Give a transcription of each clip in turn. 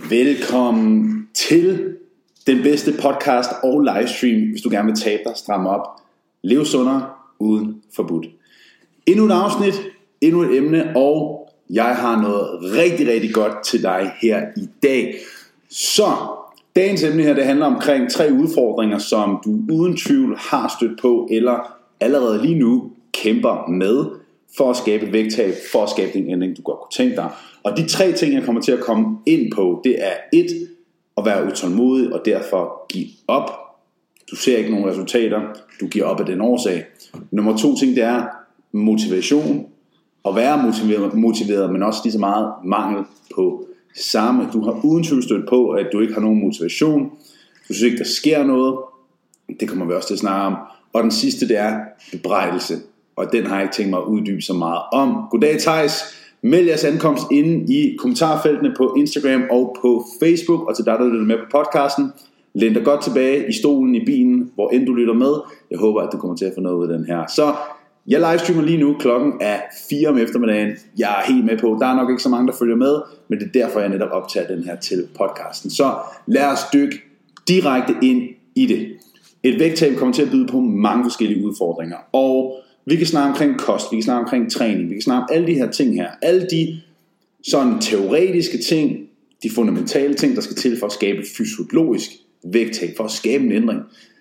Velkommen til den bedste podcast og livestream, hvis du gerne vil tabe dig, stramme op, leve sundere, uden forbudt. Endnu et afsnit, endnu et emne, og jeg har noget rigtig, rigtig godt til dig her i dag. Så dagens emne her, det handler omkring 3 udfordringer, som du uden tvivl har stødt på, eller allerede lige nu kæmper med, for at skabe vægttab, for at skabe den ændring, du godt kunne tænke dig. Og de 3 ting, jeg kommer til at komme ind på, det er 1. At være utålmodig og derfor give op. Du ser ikke nogen resultater, du giver op af den årsag. Nummer 2 ting, det er motivation. At være motiveret, men også lige så meget mangel på samme. Du har uden tvivl stødt på, at du ikke har nogen motivation. Du synes ikke, der sker noget. Det kommer vi også til at snakke om. Og den sidste, det er bebrejdelse. Og den har jeg ikke tænkt mig at uddybe så meget om. Goddag Thijs. Meld jeres ankomst inde i kommentarfeltene på Instagram og på Facebook. Og til dig, der lytter med på podcasten, læn dig godt tilbage i stolen i bilen, hvor end du lytter med. Jeg håber, at du kommer til at få noget ud af den her. Så jeg livestreamer lige nu. Klokken er 4 om eftermiddagen. Jeg er helt med på. Der er nok ikke så mange, der følger med, men det er derfor, jeg netop optager den her til podcasten. Så lad os dykke direkte ind i det. Et vægttab kommer til at byde på mange forskellige udfordringer. Og vi kan snakke omkring kost, vi kan snakke omkring træning, vi kan snakke om alle de her ting her. Alle de sådan teoretiske ting, de fundamentale ting, der skal til for at skabe fysiologisk vægttab, for at skabe en ændring.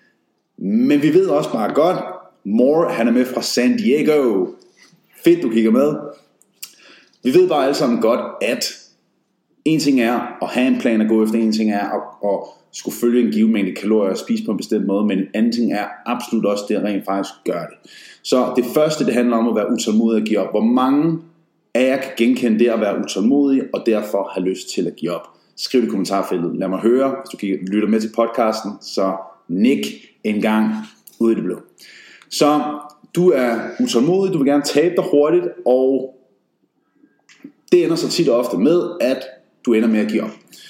Men vi ved også bare godt, Moore, han er med fra San Diego. Fedt, du kigger med. Vi ved bare alle sammen godt, at en ting er at have en plan at gå efter, en ting er at skulle følge en given mængde kalorier og spise på en bestemt måde, men en anden ting er absolut også det, at rent faktisk gør det. Så det første, det handler om at være utålmodig og give op. Hvor mange af jer kan genkende det at være utålmodig og derfor have lyst til at give op? Skriv det i kommentarfeltet. Lad mig høre, hvis du lytter med til podcasten, så nik en gang ud i det blå. Så du er utålmodig, du vil gerne tabe dig hurtigt, og det ender så tit og ofte med, at du ender med at give op.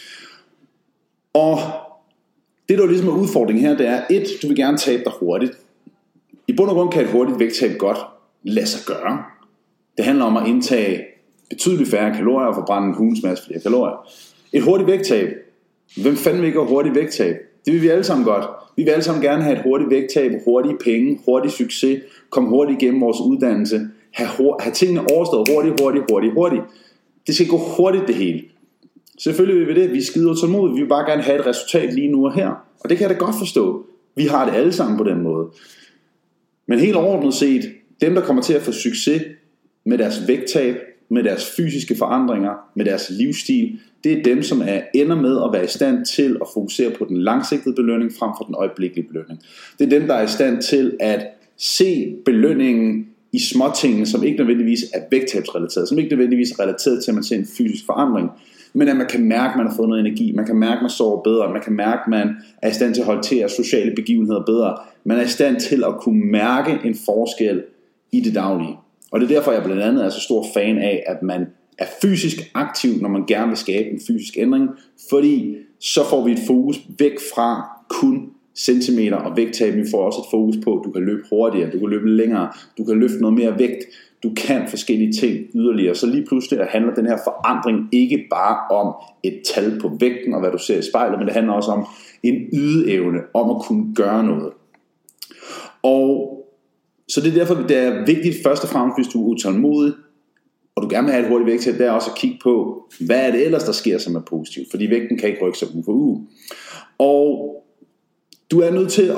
Og det der ligesom er udfordringen her, det er 1. Du vil gerne tabe dig hurtigt. I bund og grund kan et hurtigt vægttab godt lade sig gøre. Det handler om at indtage betydeligt færre kalorier og forbrænde en hulens masse flere kalorier. Et hurtigt vægttab. Hvem fanden vil ikke have hurtigt vægttab? Det vil vi alle sammen godt. Vi vil alle sammen gerne have et hurtigt vægttab, hurtige penge, hurtig succes, komme hurtigt igennem vores uddannelse, have tingene overstået hurtigt. Det skal gå hurtigt det hele. Selvfølgelig vil vi det. Vi er skide utålmodige. Vi vil bare gerne have et resultat lige nu og her. Og det kan jeg da godt forstå. Vi har det alle sammen på den måde. Men helt overordnet set, dem der kommer til at få succes med deres vægttab, med deres fysiske forandringer, med deres livsstil, det er dem, som ender med at være i stand til at fokusere på den langsigtede belønning frem for den øjeblikkelige belønning. Det er dem, der er i stand til at se belønningen i småtingene, som ikke nødvendigvis er vægttabsrelateret, som ikke nødvendigvis er relateret til, at man ser en fysisk forandring, men at man kan mærke, at man har fået noget energi, man kan mærke, at man sover bedre, man kan mærke, at man er i stand til at håndtere sociale begivenheder bedre, man er i stand til at kunne mærke en forskel i det daglige. Og det er derfor, jeg blandt andet er så stor fan af, at man er fysisk aktiv, når man gerne vil skabe en fysisk ændring, fordi så får vi et fokus væk fra kun centimeter og vægttab. Vi får også et fokus på, at du kan løbe hurtigere, du kan løbe længere, du kan løfte noget mere vægt, du kan forskellige ting yderligere. Så lige pludselig handler den her forandring ikke bare om et tal på vægten og hvad du ser i spejlet, men det handler også om en ydeevne, om at kunne gøre noget. Og så det er derfor, det er vigtigt først og fremmest, hvis du er utålmodig, og du gerne vil have et hurtigt vægttab, det er også at kigge på, hvad er det ellers, der sker, som er positivt. Fordi vægten kan ikke rykke sig uge for uge. Og du er nødt til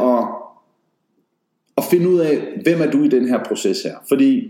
at finde ud af, hvem er du i den her proces her. Fordi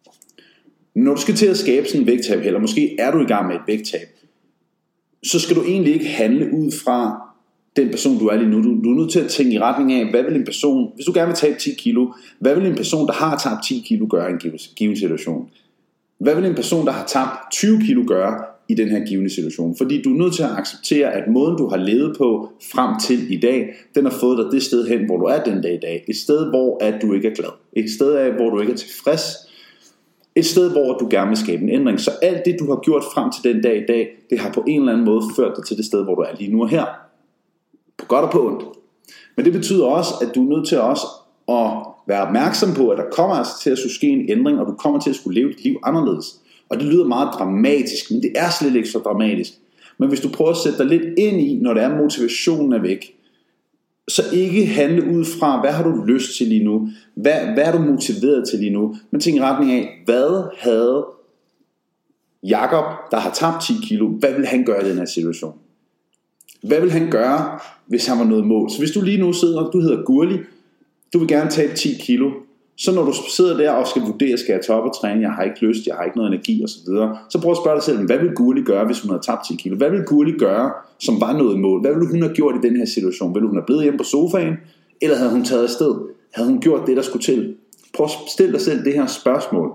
når du skal til at skabe sådan en vægttab, eller måske er du i gang med et vægttab, så skal du egentlig ikke handle ud fra den person, du er lige nu. Du er nødt til at tænke i retning af, hvad vil en person, hvis du gerne vil tabe 10 kilo, hvad vil en person, der har tabt 10 kilo, gøre i en given situation? Hvad vil en person, der har tabt 20 kilo, gøre i den her givende situation? Fordi du er nødt til at acceptere, at måden du har levet på frem til i dag, den har fået dig det sted hen, hvor du er den dag i dag. Et sted, hvor at du ikke er glad. Et sted, hvor du ikke er tilfreds. Et sted, hvor du gerne vil skabe en ændring. Så alt det, du har gjort frem til den dag i dag, det har på en eller anden måde ført dig til det sted, hvor du er lige nu og her. På godt og på ondt. Men det betyder også, at du er nødt til også at være opmærksom på, at der kommer altså til at ske en ændring, og du kommer til at skulle leve dit liv anderledes. Og det lyder meget dramatisk, men det er slet ikke så dramatisk. Men hvis du prøver at sætte dig lidt ind i, når det er motivationen er væk, så ikke handle ud fra, hvad har du lyst til lige nu? Hvad er du motiveret til lige nu? Men tænk i retning af, hvad havde Jakob, der har tabt 10 kilo, hvad vil han gøre i den her situation? Hvad vil han gøre, hvis han var nået mål? Så hvis du lige nu sidder, du hedder Gurli, du vil gerne tabe 10 kilo, så når du sidder der og skal vurdere, skal jeg tage op og træne, jeg har ikke lyst, jeg har ikke noget energi osv., så prøv at spørge dig selv, hvad vil Gurli gøre, hvis hun havde tabt 10 kilo? Hvad vil Gurli gøre, som var noget mål? Hvad ville hun have gjort i den her situation? Ville hun have blevet hjemme på sofaen, eller havde hun taget afsted? Havde hun gjort det, der skulle til? Prøv at stille dig selv det her spørgsmål.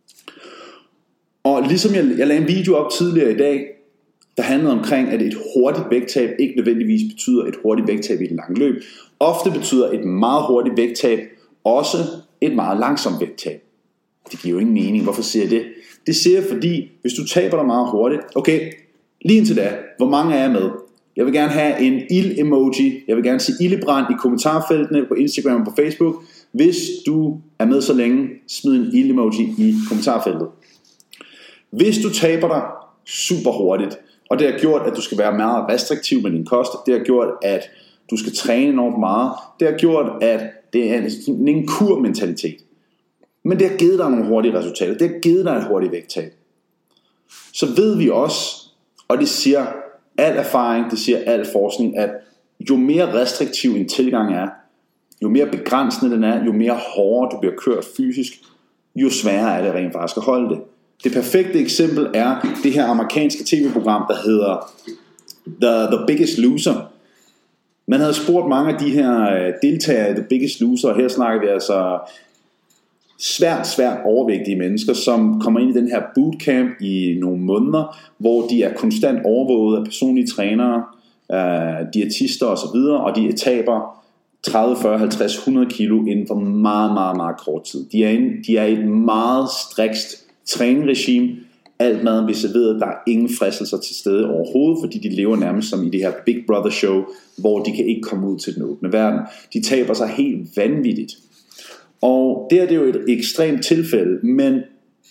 Og ligesom jeg lagde en video op tidligere i dag, der handlede omkring, at et hurtigt vægttab ikke nødvendigvis betyder et hurtigt vægttab i et langt løb. Ofte betyder et meget hurtigt vægttab også et meget langsomt vægttab. Det giver jo ingen mening. Hvorfor siger jeg det? Det siger jeg, fordi hvis du taber dig meget hurtigt, okay, lige indtil da, hvor mange er jeg med? Jeg vil gerne have en ild-emoji. Jeg vil gerne se ildebrand i kommentarfeltene på Instagram og på Facebook. Hvis du er med så længe, smid en ild-emoji i kommentarfeltet. Hvis du taber dig super hurtigt, og det har gjort, at du skal være meget restriktiv med din kost, det har gjort, at du skal træne enormt meget, det har gjort, at det er en kurmentalitet. Men det har givet dig nogle hurtige resultater, det har givet dig et hurtigt vægttab. Så ved vi også, og det siger al erfaring, det siger al forskning, at jo mere restriktiv en tilgang er, jo mere begrænsende den er, jo mere hårdere du bliver kørt fysisk, jo sværere er det rent faktisk at holde det. Det perfekte eksempel er det her amerikanske tv-program, der hedder The Biggest Loser. Man havde spurgt mange af de her deltagere i The Biggest Loser, og her snakker vi altså svært overvægtige mennesker, som kommer ind i den her bootcamp i nogle måneder, hvor de er konstant overvåget af personlige trænere, diætister osv., og de taber 30, 40, 50, 100 kilo inden for meget kort tid. De er i et meget strikst træningsregime. Alt maden bliver serveret, der er ingen fristelser til stede overhovedet, fordi de lever nærmest som i det her Big Brother show, hvor de kan ikke komme ud til den åbne verden. De taber sig helt vanvittigt. Og det er jo et ekstremt tilfælde, men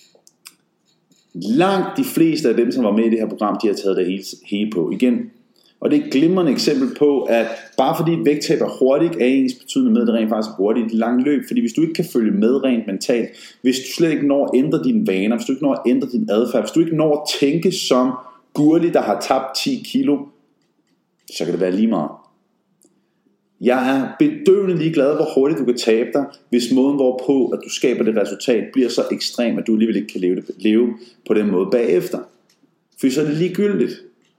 langt de fleste af dem, som var med i det her program, de har taget det hele på igen. Og det er et glimrende eksempel på, at bare fordi vægttab er hurtigt, er ens betydende med, at det rent faktisk er hurtigt i et langt løb. Fordi hvis du ikke kan følge med rent mentalt, hvis du slet ikke når at ændre dine vaner, hvis du ikke når at ændre din adfærd, hvis du ikke når at tænke som Gurli, der har tabt 10 kilo, så kan det være lige meget. Jeg er bedøvende ligeglad, hvor hurtigt du kan tabe dig, hvis måden hvorpå, at du skaber det resultat, bliver så ekstrem, at du alligevel ikke kan leve på den måde bagefter. For så er det ligegyldigt.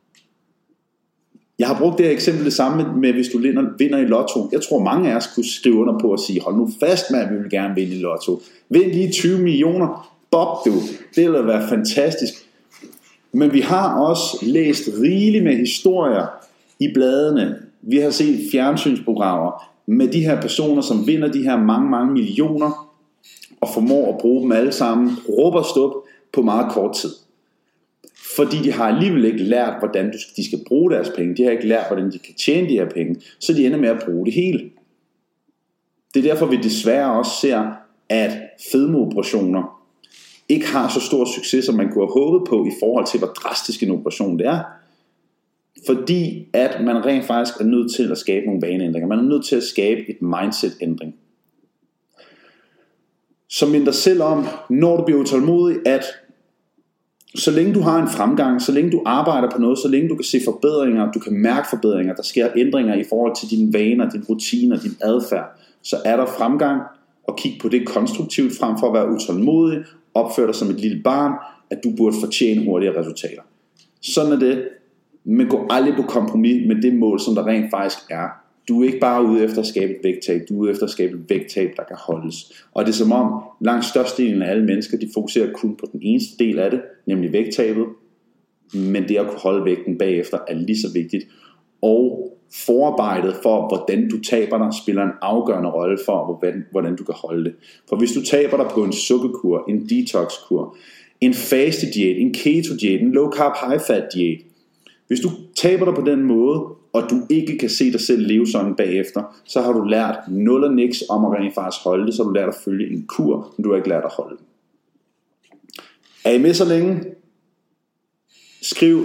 Jeg har brugt det her eksempel det samme med, hvis du vinder i lotto. Jeg tror mange af os kunne skrive under på at sige, hold nu fast med, at vi vil gerne vinde i lotto. Vind lige 20 millioner. Bob du. Det vil være fantastisk. Men vi har også læst rigeligt med historier i bladene. Vi har set fjernsynsprogrammer med de her personer, som vinder de her mange millioner og formår at bruge dem alle sammen, råb og stop, på meget kort tid. Fordi de har alligevel ikke lært, hvordan de skal bruge deres penge. De har ikke lært, hvordan de kan tjene de her penge. Så de ender med at bruge det hele. Det er derfor, vi desværre også ser, at fedmeoperationer ikke har så stor succes, som man kunne have håbet på, i forhold til, hvor drastisk en operation det er. Fordi at man rent faktisk er nødt til at skabe nogle vaneændringer. Man er nødt til at skabe et mindset-ændring. Som minder dig selv om, når du bliver utålmodig, at så længe du har en fremgang, så længe du arbejder på noget, så længe du kan se forbedringer, du kan mærke forbedringer, der sker ændringer i forhold til dine vaner, dine rutiner, din adfærd, så er der fremgang, og kig på det konstruktivt frem for at være utålmodig, opfør dig som et lille barn, at du burde fortjene hurtigere resultater. Sådan er det, men gå aldrig på kompromis med det mål, som der rent faktisk er. Du er ikke bare ude efter at skabe et vægttab, du er ude efter at skabe et vægttab, der kan holdes. Og det er som om langt størstedelen af alle mennesker, de fokuserer kun på den eneste del af det, nemlig vægttabet. Men det at kunne holde vægten bagefter er lige så vigtigt. Og forarbejdet for, hvordan du taber dig, spiller en afgørende rolle for, hvordan du kan holde det. For hvis du taber dig på en sukkerkur, en detoxkur, en fastediæt, en keto-diæt, en low carb high fat diæt, hvis du taber dig på den måde, og du ikke kan se dig selv leve sådan bagefter, så har du lært nul og niks om at rent faktisk holde det, så har du lært at følge en kur, men du har ikke lært at holde den. Er I med så længe? Skriv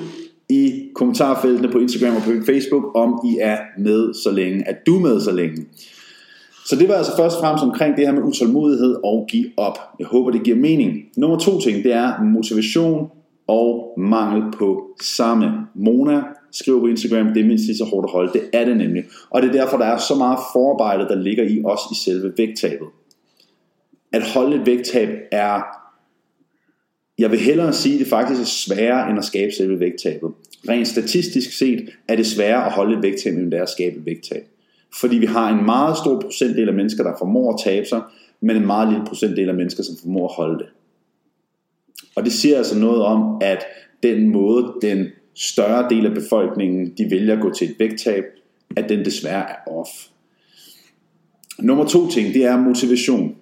i kommentarfeltene på Instagram og på Facebook, om I er med så længe. Er du med så længe? Så det var altså først og fremmest omkring det her med utålmodighed og give op. Jeg håber, det giver mening. Nummer 2 ting, det er motivation og mangel på samme. Mona skriver på Instagram, det er mindst lige så hårdt at holde. Det er det nemlig. Og det er derfor, der er så meget forarbejde, der ligger i os i selve vægttabet. At holde et vægttab er, jeg vil hellere sige, det faktisk er sværere end at skabe selve vægttabet. Rent statistisk set er det sværere at holde et vægttab, end det er at skabe et vægttab. Fordi vi har en meget stor procentdel af mennesker, der formår at tabe sig, men en meget lille procentdel af mennesker, som formår at holde det. Og det siger altså noget om, at den måde, den større del af befolkningen, de vælger at gå til et vægttab, at den desværre er off. Nummer 2 ting, det er motivation.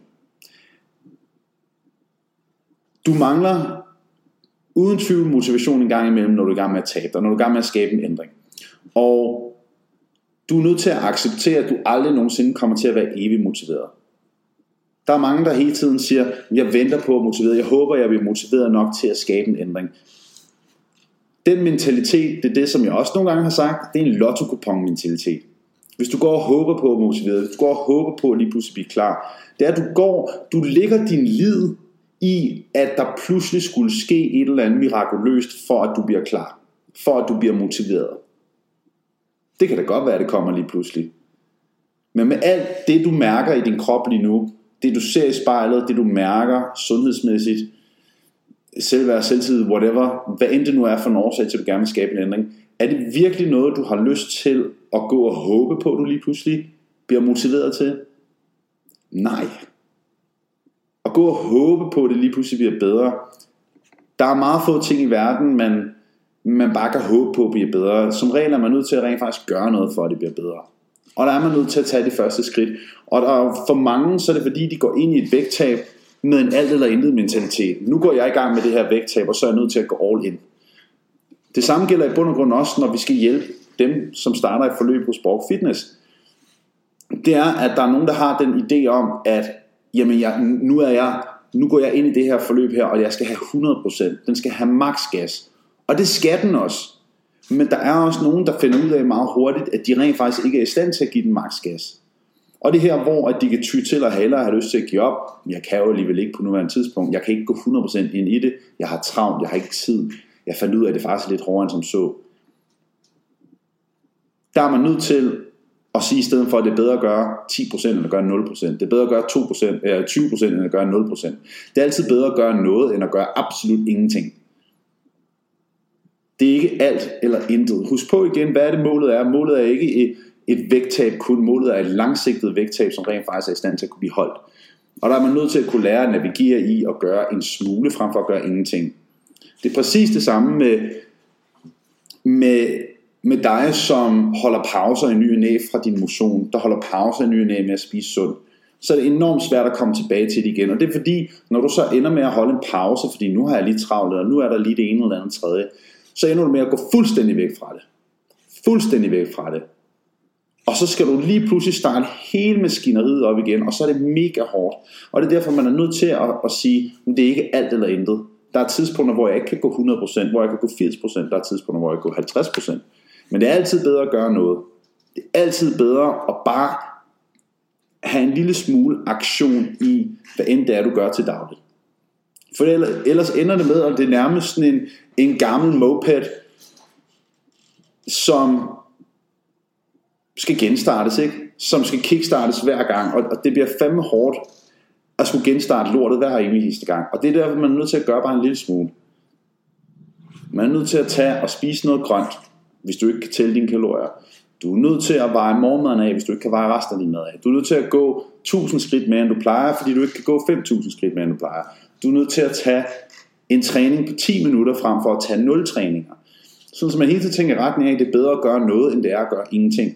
Du mangler uden tvivl motivation en gang imellem, når du er i gang med at tabe dig, når du er i gang med at skabe en ændring. Og du er nødt til at acceptere, at du aldrig nogensinde kommer til at være evigt motiveret. Der er mange, der hele tiden siger, jeg venter på at motivere, jeg håber, jeg bliver motiveret nok til at skabe en ændring. Den mentalitet, det er det, som jeg også nogle gange har sagt, det er en lotto-kupon mentalitet. Hvis du går og håber på at motivere, hvis du går og håber på at lige pludselig blive klar, det er, at du lægger din lid i, at der pludselig skulle ske et eller andet mirakuløst, for at du bliver klar, for at du bliver motiveret. Det kan da godt være, at det kommer lige pludselig. Men med alt det, du mærker i din krop lige nu, det du ser i spejlet, det du mærker sundhedsmæssigt, selvværd, selvtid, whatever, hvad end det nu er for en årsag til, at du gerne vil skabe en ændring, er det virkelig noget, du har lyst til at gå og håbe på, at du lige pludselig bliver motiveret til? Nej. At gå og håbe på, at det lige pludselig bliver bedre. Der er meget få ting i verden, man bare kan håbe på at blive bedre. Som regel er man nødt til at rent faktisk gøre noget for, at det bliver bedre. Og der er man nødt til at tage det første skridt. Og for mange, så er det fordi, de går ind i et vægttab med en alt eller intet mentalitet. Nu går jeg i gang med det her vægttab, og så er jeg nødt til at gå all in. Det samme gælder i bund og grund også, når vi skal hjælpe dem, som starter et forløb hos Borg Fitness. Det er, at der er nogen, der har den idé om, at jamen nu går jeg ind i det her forløb her, og jeg skal have 100%. Den skal have maks gas. Og det skal den også. Men der er også nogen, der finder ud af meget hurtigt, at de rent faktisk ikke er i stand til at give den maks gas. Og det her, hvor at de kan ty til at have lyst til at give op. Jeg kan jo alligevel ikke på nuværende tidspunkt. Jeg kan ikke gå 100% ind i det. Jeg har travlt, jeg har ikke tid. Jeg fandt ud af, at det faktisk er lidt hårdere end som så. Der er man nødt til at sige i stedet for, at det er bedre at gøre 10% end at gøre 0%. Det er bedre at gøre 20% end at gøre 0%. Det er altid bedre at gøre noget end at gøre absolut ingenting. Det er ikke alt eller intet. Husk på igen, hvad er det målet er. Målet er ikke et vægttab kun. Målet er et langsigtet vægttab, som rent faktisk er i stand til at kunne blive holdt. Og der er man nødt til at kunne lære at navigere i og gøre en smule frem for at gøre ingenting. Det er præcis det samme med dig, som holder pauser i ny og næ fra din motion, der holder pauser i ny og næ med at spise sundt. Så er det enormt svært at komme tilbage til det igen. Og det er fordi, når du så ender med at holde en pause, fordi nu har jeg lige travlt, og nu er der lige det ene eller andet tredje, så ender du med at gå fuldstændig væk fra det. Fuldstændig væk fra det. Og så skal du lige pludselig starte hele maskineriet op igen, og så er det mega hårdt. Og det er derfor, man er nødt til at sige, at det er ikke alt eller intet. Der er tidspunkter, hvor jeg ikke kan gå 100%, hvor jeg kan gå 80%, der er tidspunkter, hvor jeg kan gå 50%. Men det er altid bedre at gøre noget. Det er altid bedre at bare have en lille smule aktion i, hvad end det er, du gør til daglig. For ellers ender det med, at det er nærmest sådan en gammel moped, som skal genstartes, ikke? Som skal kickstartes hver gang, og det bliver fandme hårdt at skulle genstarte lortet hver eneste gang. Og det er derfor, man er nødt til at gøre bare en lille smule. Man er nødt til at tage og spise noget grønt, hvis du ikke kan tælle dine kalorier. Du er nødt til at veje morgenmaden af, hvis du ikke kan veje resten af din mad af. Du er nødt til at gå 1000 skridt mere, end du plejer, fordi du ikke kan gå 5000 skridt mere, end du plejer. Du er nødt til at tage en træning på 10 minutter frem for at tage 0 træninger. Sådan, så man hele tiden tænker retning af, at det er bedre at gøre noget, end det er at gøre ingenting.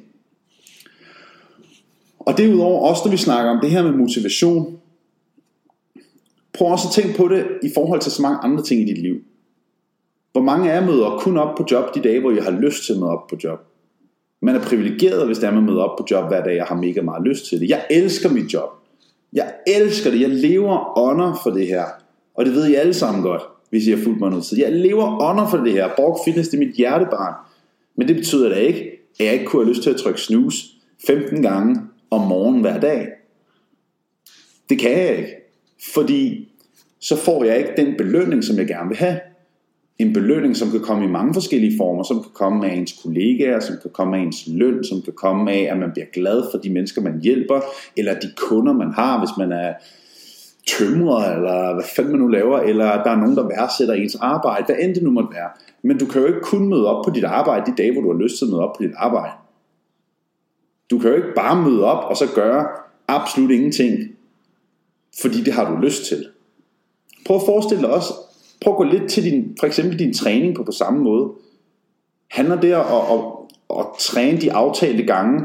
Og derudover, også når vi snakker om det her med motivation, prøv også at tænke på det i forhold til så mange andre ting i dit liv. Hvor mange af jer møder kun op på job de dage, hvor jeg har lyst til at møde op på job? Man er privilegeret, hvis det er, man møder op på job hver dag, jeg har mega meget lyst til det. Jeg elsker mit job. Jeg elsker det. Jeg lever under for det her. Og det ved I alle sammen godt. hvis jeg har fulgt mig noget tid. Jeg lever under for det her. Borg Fitness, det er mit hjertebarn. Men det betyder da ikke, at jeg ikke kunne have lyst til at trykke snooze 15 gange om morgenen hver dag. Det kan jeg ikke. Fordi så får jeg ikke den belønning, som jeg gerne vil have. En belønning, som kan komme i mange forskellige former, som kan komme af ens kollegaer, som kan komme af ens løn, som kan komme af, at man bliver glad for de mennesker, man hjælper, eller de kunder, man har, hvis man er tømrer, eller hvad fanden man nu laver, eller der er nogen, der værdsætter ens arbejde, hvad end det nu måtte være. Men du kan jo ikke kun møde op på dit arbejde de dage, hvor du har lyst til at møde op på dit arbejde. Du kan jo ikke bare møde op, og så gøre absolut ingenting, fordi det har du lyst til. Prøv at forestille dig også, prøv at gå lidt til for eksempel din træning på samme måde. Handler det at træne de aftalte gange,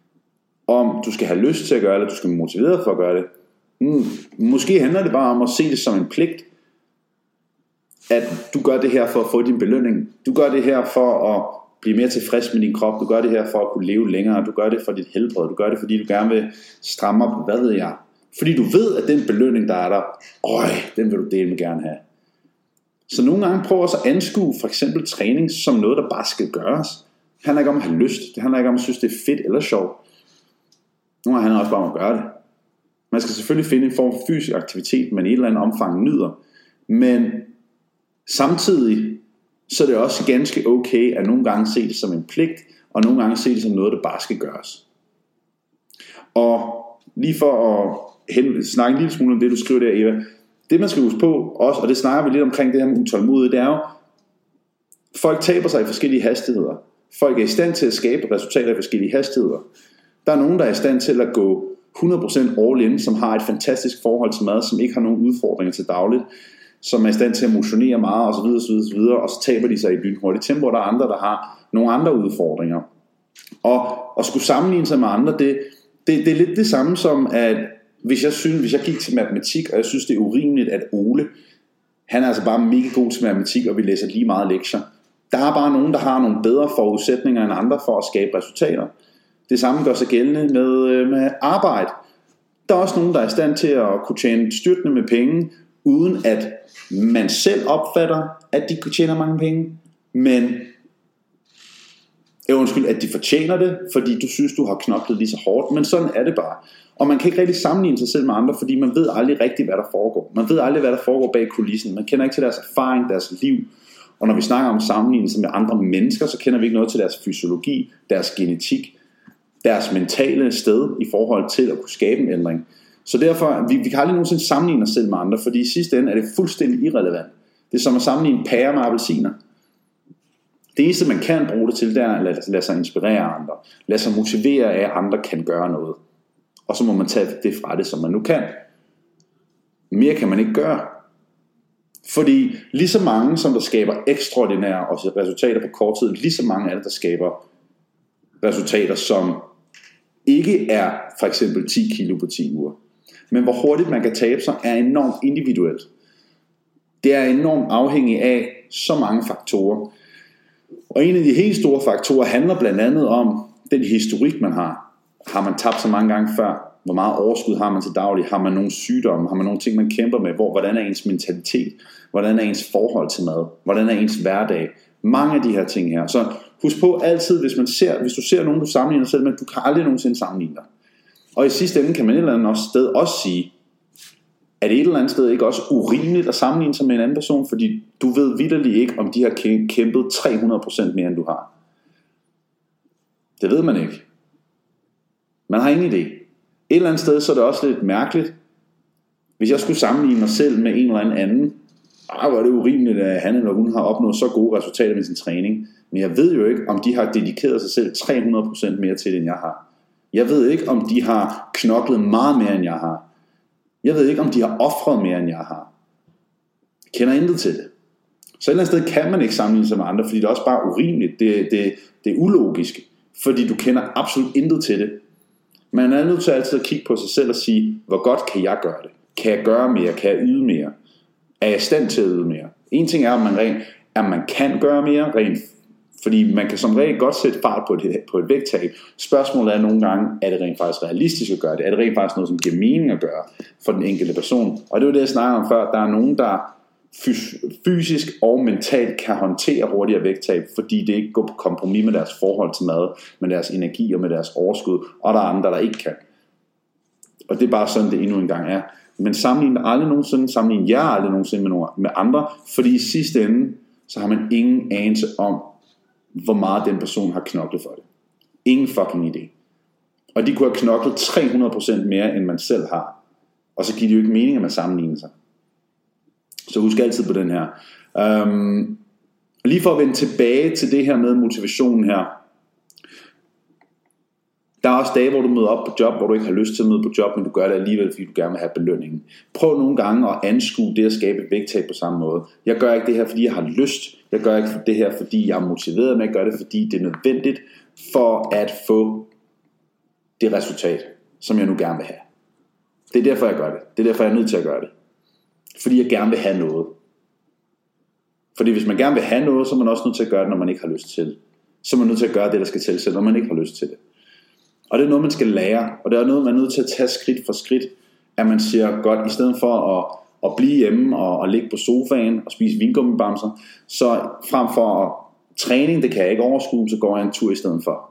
om du skal have lyst til at gøre det, eller du skal være motiveret for at gøre det. Måske handler det bare om at se det som en pligt, at du gør det her for at få din belønning. Du gør det her for at blive mere tilfreds med din krop. Du gør det her for at kunne leve længere. Du gør det for dit helbred. Du gør det, fordi du gerne vil stramme op. Hvad ved jeg? Fordi du ved, at den belønning, der er der, den vil du dele med gerne have. Så nogle gange prøv også at anskue for eksempel træning som noget, der bare skal gøres. Det handler ikke om at have lyst. Det handler ikke om at synes, det er fedt eller sjovt. Nogle gange handler det også bare om at gøre det. Man skal selvfølgelig finde en form for fysisk aktivitet, man i et eller andet omfang nyder. Men samtidig så er det også ganske okay at nogle gange se det som en pligt, og nogle gange se det som noget, der bare skal gøres. Og lige for at snakke en lille smule om det, du skriver der, Eva. Det man skal huske på også, og det snakker vi lidt omkring det her med utålmodighed, det er jo, folk taber sig i forskellige hastigheder. Folk er i stand til at skabe resultater i forskellige hastigheder. Der er nogen, der er i stand til at gå 100% all in, som har et fantastisk forhold til mad, som ikke har nogen udfordringer til dagligt, som er i stand til at motionere meget osv., og så taber de sig i lynhurtigt tempo, og der er andre, der har nogle andre udfordringer. Og skulle sammenligne sig med andre, det er lidt det samme som, at hvis jeg gik til matematik, og jeg synes det er urimeligt, at Ole, han er altså bare mega god til matematik, og vi læser lige meget lektier. Der er bare nogen, der har nogle bedre forudsætninger end andre for at skabe resultater. Det samme gør sig gældende med arbejde. Der er også nogen, der er i stand til at kunne tjene styrtende med penge, uden at man selv opfatter, at de kunne tjene mange penge, men at de fortjener det, fordi du synes, du har knoklet lige så hårdt, men sådan er det bare. Og man kan ikke rigtig sammenligne sig selv med andre, fordi man ved aldrig rigtigt, hvad der foregår. Man ved aldrig, hvad der foregår bag kulissen. Man kender ikke til deres erfaring, deres liv. Og når vi snakker om sammenlignelse med andre mennesker, så kender vi ikke noget til deres fysiologi, deres genetik, deres mentale sted i forhold til at kunne skabe en ændring. Så derfor, vi kan aldrig nogensinde sammenligne os selv med andre, fordi i sidste ende er det fuldstændig irrelevant. Det er som at sammenligne pærer med appelsiner. Det eneste, man kan bruge det til, det er at lade sig inspirere af andre. Lade sig motivere af, at andre kan gøre noget. Og så må man tage det fra det, som man nu kan. Mere kan man ikke gøre. Fordi lige så mange, som der skaber ekstraordinære resultater på kort tid, lige så mange af det, der skaber resultater, som ikke er for eksempel 10 kilo på 10 uger. Men hvor hurtigt man kan tabe sig, er enormt individuelt. Det er enormt afhængigt af så mange faktorer. Og en af de helt store faktorer handler blandt andet om den historik, man har. Har man tabt så mange gange før? Hvor meget overskud har man til daglig? Har man nogle sygdomme? Har man nogle ting, man kæmper med? Hvordan er ens mentalitet? Hvordan er ens forhold til mad? Hvordan er ens hverdag? Mange af de her ting her. Så husk på altid, hvis du ser nogen, du sammenligner dig selv med, du kan aldrig nogensinde sammenligne dig. Og i sidste ende kan man et eller andet sted også sige, er det et eller andet sted ikke også urimeligt at sammenligne sig med en anden person, fordi du ved vitterligt ikke, om de har kæmpet 300% mere, end du har. Det ved man ikke. Man har ingen idé. Et eller andet sted, så er det også lidt mærkeligt, hvis jeg skulle sammenligne mig selv med en eller anden, hvor er det urimeligt, at han eller hun har opnået så gode resultater med sin træning. Men jeg ved jo ikke, om de har dedikeret sig selv 300% mere til det, end jeg har. Jeg ved ikke, om de har knoklet meget mere, end jeg har. Jeg ved ikke, om de har ofret mere, end jeg har. Jeg kender intet til det. Så et eller andet sted kan man ikke sammenligne sig med andre, fordi det er også bare urimeligt. Det er ulogisk, fordi du kender absolut intet til det. Man er nødt til altid at kigge på sig selv og sige, hvor godt kan jeg gøre det? Kan jeg gøre mere? Kan jeg yde mere? Er jeg i stand til at yde mere? En ting er, at man kan gøre mere, fordi man kan som regel godt sætte fart på et vægttab. Spørgsmålet er nogle gange, er det rent faktisk realistisk at gøre det? Er det rent faktisk noget, som giver mening at gøre for den enkelte person? Og det var det, jeg snakkede om før. Der er nogen, der fysisk og mentalt kan håndtere hurtigere vægttab, fordi det ikke går på kompromis med deres forhold til mad, med deres energi og med deres overskud, og der er andre, der ikke kan. Og det er bare sådan, det endnu engang er. Men sammenlign jer aldrig nogensinde med andre, fordi i sidste ende, så har man ingen anelse om, hvor meget den person har knoklet for det. Ingen fucking idé. Og de kunne have knoklet 300% mere, end man selv har. Og så giver det jo ikke mening, at man sammenligner sig. Så husk altid på den her. Lige for at vende tilbage til det her med motivationen her. Der er også dage, hvor du møder op på job, hvor du ikke har lyst til at møde på job, men du gør det alligevel, fordi du gerne vil have belønningen. Prøv nogle gange at anskue det at skabe et vægttab på samme måde. Jeg gør ikke det her, fordi jeg har lyst. Jeg gør ikke det her, fordi jeg er motiveret, men jeg gør det, fordi det er nødvendigt for at få det resultat, som jeg nu gerne vil have. Det er derfor, jeg gør det. Det er derfor, jeg er nødt til at gøre det. Fordi jeg gerne vil have noget. Fordi hvis man gerne vil have noget, så er man også nødt til at gøre det, når man ikke har lyst til det. Så er man nødt til at gøre det, der skal til, selv når man ikke har lyst til det. Og det er noget, man skal lære. Og det er noget, man er nødt til at tage skridt for skridt. At man siger, godt, i stedet for at blive hjemme og ligge på sofaen og spise vingummibamser, så frem for træning, det kan jeg ikke overskue, så går jeg en tur i stedet for.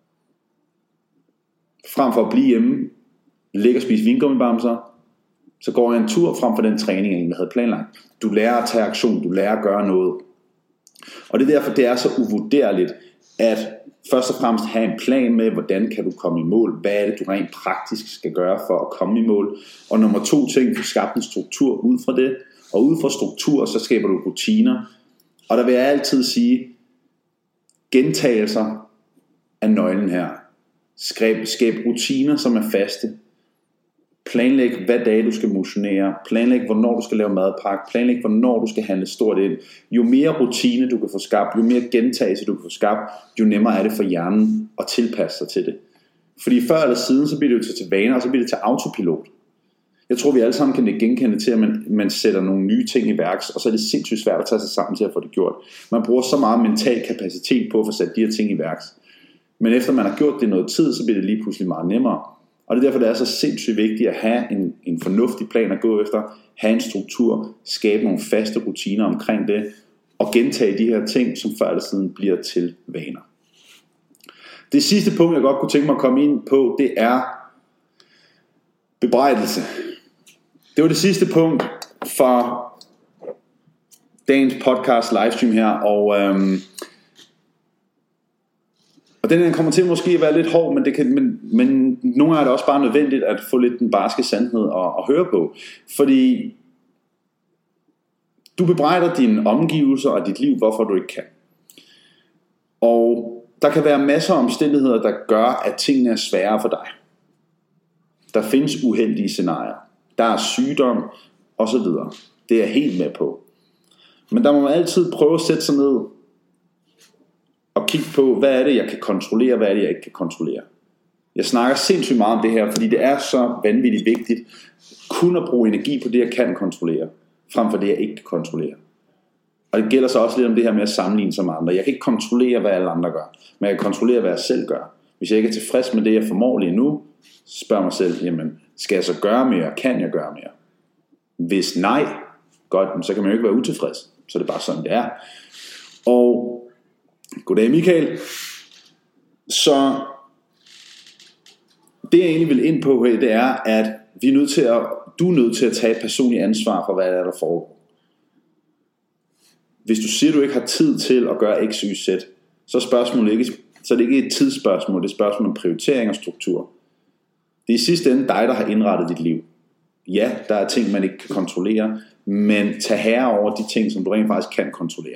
Frem for at blive hjemme, ligge og spise vingummibamser, så går jeg en tur frem for den træning, jeg egentlig havde planlagt. Du lærer at tage aktion, du lærer at gøre noget. Og det er derfor, det er så uvurderligt, at først og fremmest have en plan med, hvordan kan du komme i mål. Hvad er det, du rent praktisk skal gøre for at komme i mål. Og nummer 2 ting, du skaber en struktur ud fra det. Og ud fra struktur, så skaber du rutiner. Og der vil jeg altid sige, gentagelser er nøglen her. Skab rutiner, som er faste. Planlæg, hvad dage du skal motionere. Planlæg, hvornår du skal lave madpakke. Planlæg, hvornår du skal handle stort ind. Jo mere rutine du kan få skabt, jo mere gentagelse du kan få skabt, jo nemmere er det for hjernen at tilpasse sig til det. Fordi før eller siden, så bliver det jo til vaner, og så bliver det til autopilot. Jeg tror, vi alle sammen kan genkende til, at man sætter nogle nye ting i værks, og så er det sindssygt svært at tage sig sammen til at få det gjort. Man bruger så meget mental kapacitet på at få sat de her ting i værks. Men efter man har gjort det noget tid, så bliver det lige pludselig meget nemmere. Og det er derfor, det er så sindssygt vigtigt at have en fornuftig plan at gå efter, have en struktur, skabe nogle faste rutiner omkring det, og gentage de her ting, som før eller siden bliver til vaner. Det sidste punkt, jeg godt kunne tænke mig at komme ind på, det er bebrejdelse. Det var det sidste punkt for dagens podcast livestream her, og den her kommer til måske at være lidt hård, men nogle gange er det også bare nødvendigt at få lidt den barske sandhed at høre på. Fordi du bebrejder dine omgivelser og dit liv, hvorfor du ikke kan. Og der kan være masser af omstændigheder, der gør, at tingene er sværere for dig. Der findes uheldige scenarier. Der er sygdom osv. Det er jeg helt med på. Men der må man altid prøve at sætte sig ned og kigge på, hvad er det, jeg kan kontrollere, hvad er det, jeg ikke kan kontrollere. Jeg snakker sindssygt meget om det her, fordi det er så vanvittigt vigtigt, kun at bruge energi på det, jeg kan kontrollere, frem for det, jeg ikke kan kontrollere. Og det gælder så også lidt om det her med at sammenligne sig med andre. Jeg kan ikke kontrollere, hvad alle andre gør, men jeg kan kontrollere, hvad jeg selv gør. Hvis jeg ikke er tilfreds med det, jeg formår lige nu, så spørger mig selv, jamen, skal jeg så gøre mere? Kan jeg gøre mere? Hvis nej, godt, så kan man jo ikke være utilfreds. Så er det bare sådan, det er. Og goddag Michael. Så det jeg egentlig vil ind på her, det er, at du er nødt til at tage et personligt ansvar for, hvad der foregår. Hvis du siger, at du ikke har tid til at gøre X, Y, Z, så er det ikke et tidsspørgsmål, det er et spørgsmål om prioritering og struktur. Det er i sidste ende dig, der har indrettet dit liv. Ja, der er ting, man ikke kan kontrollere, men tag herre over de ting, som du rent faktisk kan kontrollere.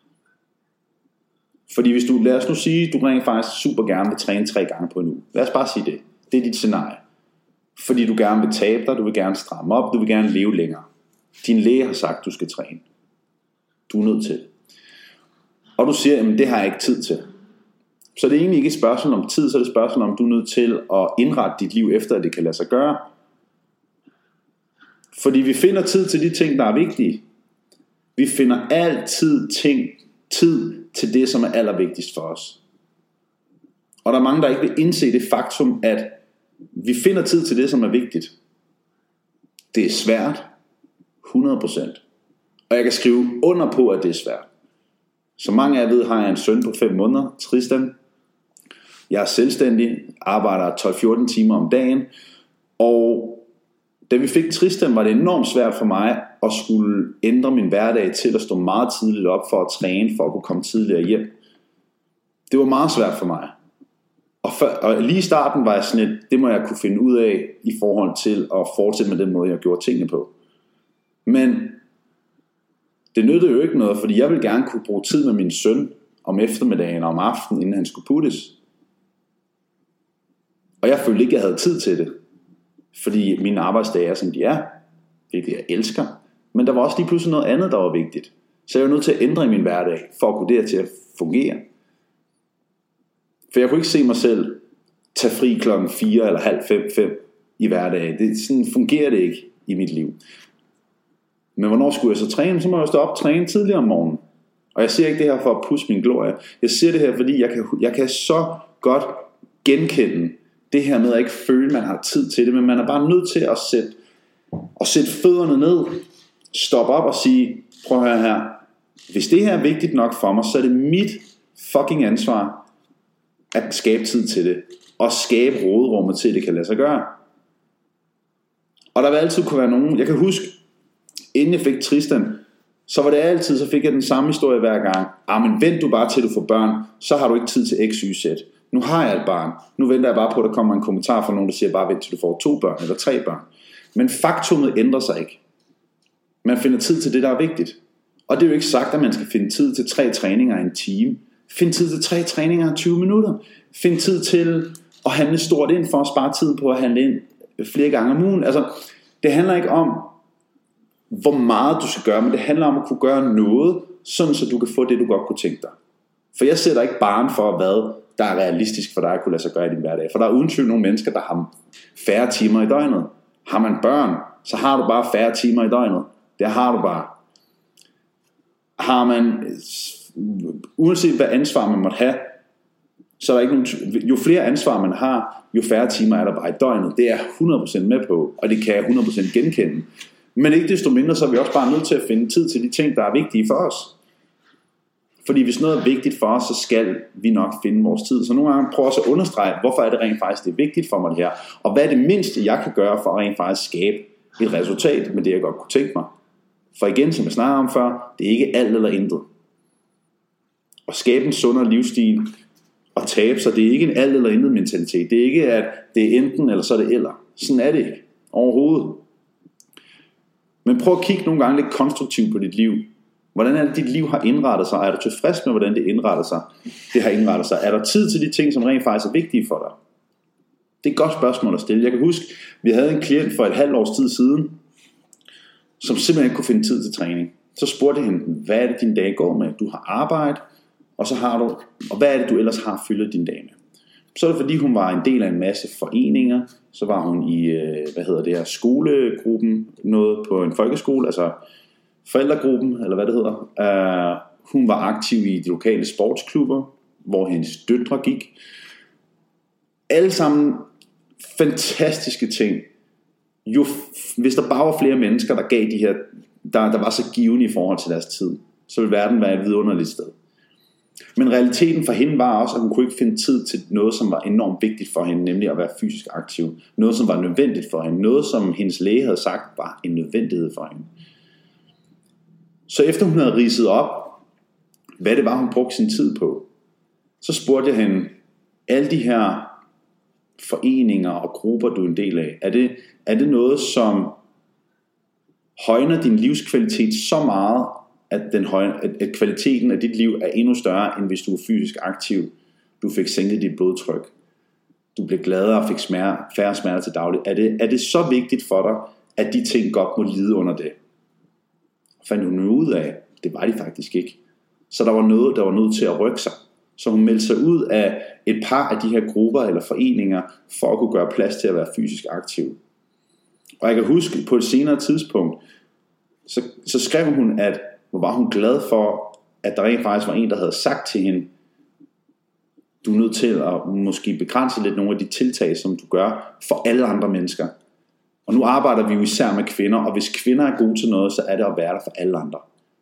Fordi hvis du, lad os nu sige, du rent faktisk super gerne vil træne 3 gange på en uge. Lad os bare sige det. Det er dit scenarie. Fordi du gerne vil tabe dig, du vil gerne stramme op, du vil gerne leve længere. Din læge har sagt, du skal træne. Du er nødt til. Og du siger, jamen det har jeg ikke tid til. Så det er egentlig ikke et spørgsmål om tid, så er det et spørgsmål om, du er nødt til at indrette dit liv efter, at det kan lade sig gøre. Fordi vi finder tid til de ting, der er vigtige. Vi finder altid tid til det, som er allervigtigst for os. Og der er mange, der ikke vil indse det faktum, at vi finder tid til det, som er vigtigt. Det er svært, 100%. Og jeg kan skrive under på, at det er svært. Som mange af jer ved, har jeg en søn på 5 måneder, Tristan. Jeg er selvstændig, arbejder 12-14 timer om dagen. Og da vi fik Tristan, var det enormt svært for mig at skulle ændre min hverdag til at stå meget tidligt op for at træne, for at kunne komme tidligere hjem. Det var meget svært for mig. Og lige i starten var jeg sådan lidt, det må jeg kunne finde ud af i forhold til at fortsætte med den måde, jeg gjorde tingene på. Men det nyttede jo ikke noget, fordi jeg ville gerne kunne bruge tid med min søn om eftermiddagen og om aftenen, inden han skulle puttes. Og jeg følte ikke, jeg havde tid til det. Fordi mine arbejdsdage er, som de er. Hvilket jeg elsker. Men der var også lige pludselig noget andet, der var vigtigt. Så jeg var nødt til at ændre i min hverdag, for at kunne det til at fungere. For jeg kunne ikke se mig selv tage fri 4 eller halv 5 i hverdagen. Sådan fungerer det ikke i mit liv. Men hvornår skulle jeg så træne? Så må jeg stå op og træne tidligere om morgenen. Og jeg siger ikke det her for at pusse min glorie. Jeg siger det her, fordi jeg kan så godt genkende det her med at ikke føle, at man har tid til det. Men man er bare nødt til at sætte fødderne ned, stoppe op og sige, prøv at høre her. Hvis det her er vigtigt nok for mig, så er det mit fucking ansvar at skabe tid til det. Og skabe råderummet til, at det kan lade sig gøre. Og der vil altid kunne være nogen. Jeg kan huske, inden jeg fik Tristan, så var det altid, så fik jeg den samme historie hver gang. Men vent du bare til du får børn, så har du ikke tid til X, Y, Z. Nu har jeg et barn. Nu venter jeg bare på, at der kommer en kommentar fra nogen, der siger, bare vent til du får 2 børn eller 3 børn. Men faktummet ændrer sig ikke. Man finder tid til det, der er vigtigt. Og det er jo ikke sagt, at man skal finde tid til 3 træninger i en time. Find tid til 3 træninger i 20 minutter. Find tid til at handle stort ind, for at spare tid på at handle ind flere gange om ugen. Altså, det handler ikke om, hvor meget du skal gøre, men det handler om at kunne gøre noget, sådan så du kan få det, du godt kunne tænke dig. For jeg sætter ikke barren for, hvad der er realistisk for dig at kunne lade sig gøre i din hverdag. For der er uden tvivl nogle mennesker, der har færre timer i døgnet. Har man børn, så har du bare færre timer i døgnet. Det har du bare. Har man, uanset hvad ansvar man måtte have, så er der ikke nogen, jo flere ansvar man har, jo færre timer er der bare i døgnet. Det er 100% med på, og det kan jeg 100% genkende. Men ikke desto mindre, så er vi også bare nødt til at finde tid til de ting, der er vigtige for os. Fordi hvis noget er vigtigt for os, så skal vi nok finde vores tid. Så nogle gange prøver jeg at understrege, hvorfor er det rent faktisk det er vigtigt for mig det her. Og hvad er det mindste, jeg kan gøre for at rent faktisk skabe et resultat med det, jeg godt kunne tænke mig. For igen, som jeg snakkede om før, det er ikke alt eller intet. At skabe en sundere livsstil og tabe sig, det er ikke en alt eller intet mentalitet. Det er ikke, at det er enten eller så er det eller. Sådan er det ikke. Overhovedet. Men prøv at kigge nogle gange lidt konstruktivt på dit liv. Hvordan er det, dit liv har indrettet sig? Er du tilfreds med, hvordan det indretter sig? Det har indrettet sig. Er der tid til de ting, som rent faktisk er vigtige for dig? Det er et godt spørgsmål at stille. Jeg kan huske, vi havde en klient for et halvt års tid siden, som simpelthen ikke kunne finde tid til træning. Så spurgte jeg hende, hvad er det din dag går med? Du har arbejde, og så har du, og hvad er det du ellers har fyldt din dag med? Så er det fordi hun var en del af en masse foreninger. Så var hun i, skolegruppen, noget på en folkeskole, altså forældregruppen, eller hvad det hedder. Hun var aktiv i de lokale sportsklubber, hvor hendes døtre gik. Alle sammen fantastiske ting. Hvis der bare var flere mennesker, der gav de her, der var så givende i forhold til deres tid, så ville verden være et vidunderligt sted. Men realiteten for hende var også, at hun kunne ikke finde tid til noget, som var enormt vigtigt for hende, nemlig at være fysisk aktiv. Noget, som var nødvendigt for hende. Noget, som hendes læge havde sagt, var en nødvendighed for hende. Så efter hun havde ridset op, hvad det var, hun brugte sin tid på, så spurgte jeg hende, alle de her foreninger og grupper, du er en del af, er det noget, som højner din livskvalitet så meget, at kvaliteten af dit liv er endnu større, end hvis du er fysisk aktiv, du fik sænket dit blodtryk, du blev gladere og fik færre smerter til daglig. Er det så vigtigt for dig, at de ting godt må lide under det? Fandt hun ud af, det var de faktisk ikke. Så der var noget, der var nødt til at rykke sig. Så hun meldte sig ud af et par af de her grupper eller foreninger, for at kunne gøre plads til at være fysisk aktiv. Og jeg kan huske, på et senere tidspunkt, så skrev hun, at hvor var hun glad for, at der rent faktisk var en, der havde sagt til hende, du er nødt til at måske begrænse lidt nogle af de tiltag, som du gør for alle andre mennesker. Og nu arbejder vi jo især med kvinder, og hvis kvinder er gode til noget, så er det at være der for alle andre.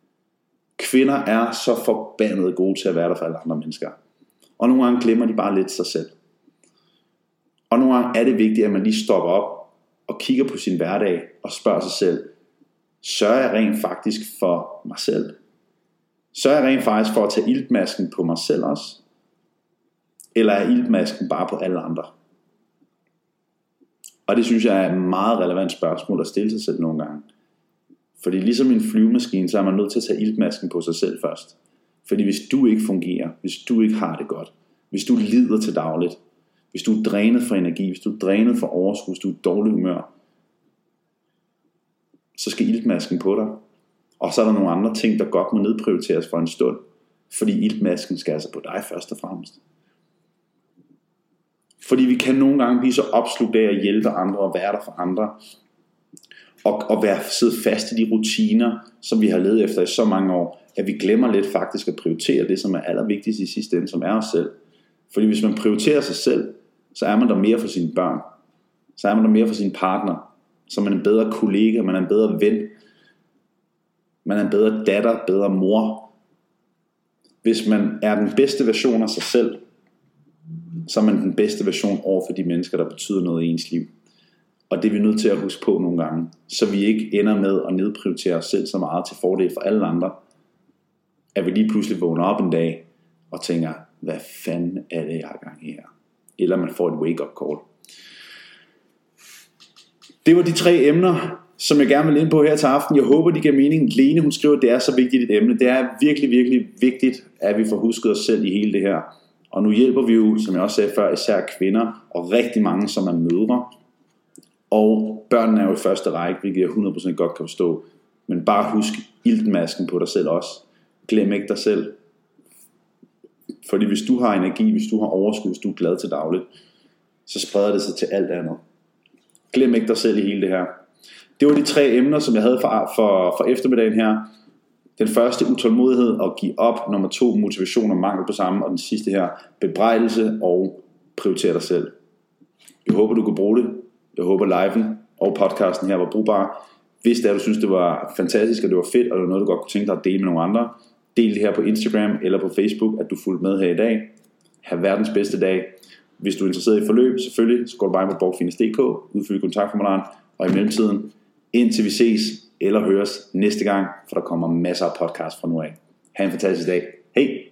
Kvinder er så forbandet gode til at være der for alle andre mennesker. Og nogle gange glemmer de bare lidt sig selv. Og nogle gange er det vigtigt, at man lige stopper op og kigger på sin hverdag og spørger sig selv, sørger jeg rent faktisk for mig selv? Sørger jeg rent faktisk for at tage iltmasken på mig selv også? Eller er iltmasken bare på alle andre? Og det synes jeg er et meget relevant spørgsmål at stille sig selv nogle gange. Fordi ligesom en flyvemaskine, så er man nødt til at tage iltmasken på sig selv først. Fordi hvis du ikke fungerer, hvis du ikke har det godt, hvis du lider til dagligt, hvis du er drænet for energi, hvis du er drænet for overskud, hvis du er dårlig humør, så skal iltmasken på dig. Og så er der nogle andre ting, der godt må nedprioriteres for en stund. Fordi iltmasken skal altså på dig først og fremmest. Fordi vi kan nogle gange blive så opslugt af at hjælpe andre og være der for andre. Og sidde fast i de rutiner, som vi har levet efter i så mange år, at vi glemmer lidt faktisk at prioritere det, som er allervigtigst i sidste ende, som er os selv. Fordi hvis man prioriterer sig selv, så er man der mere for sine børn. Så er man der mere for sin partner. Så er man en bedre kollega, man er en bedre ven. Man er en bedre datter, bedre mor. Hvis man er den bedste version af sig selv, så er man den bedste version over for de mennesker, der betyder noget i ens liv. Og det er vi nødt til at huske på nogle gange, så vi ikke ender med at nedprioritere os selv så meget til fordel for alle andre, at vi lige pludselig vågner op en dag og tænker, hvad fanden er det, jeg har gang i her? Eller man får et wake-up call. Det var de 3 emner, som jeg gerne vil ind på her til aften. Jeg håber, de giver mening. Lene, hun skriver, at det er så vigtigt et emne. Det er virkelig, virkelig vigtigt, at vi får husket os selv i hele det her. Og nu hjælper vi jo, som jeg også sagde før, især kvinder, og rigtig mange, som er mødre. Og børnene er jo i første række, hvilket jeg 100% godt kan forstå. Men bare husk iltmasken på dig selv også. Glem ikke dig selv. Fordi hvis du har energi, hvis du har overskud, hvis du er glad til dagligt, så spreder det sig til alt andet. Glem ikke dig selv i hele det her. Det var de 3 emner, som jeg havde for eftermiddagen her. Den første, utålmodighed og give op. Nummer 2, motivation og mangel på samme. Og den sidste her, bebrejdelse og prioritere dig selv. Jeg håber, du kan bruge det. Jeg håber, liven og podcasten her var brugbare. Hvis det er, du synes, det var fantastisk, og det var fedt, og det var noget, du godt kunne tænke dig at dele med nogle andre, del det her på Instagram eller på Facebook, at du fulgte med her i dag. Ha' verdens bedste dag. Hvis du er interesseret i forløb, selvfølgelig, så går du bare på borgfindes.dk, udfyld kontaktformularen, og i mellemtiden, indtil vi ses eller høres næste gang, for der kommer masser af podcast fra nu af. Ha' en fantastisk dag. Hej!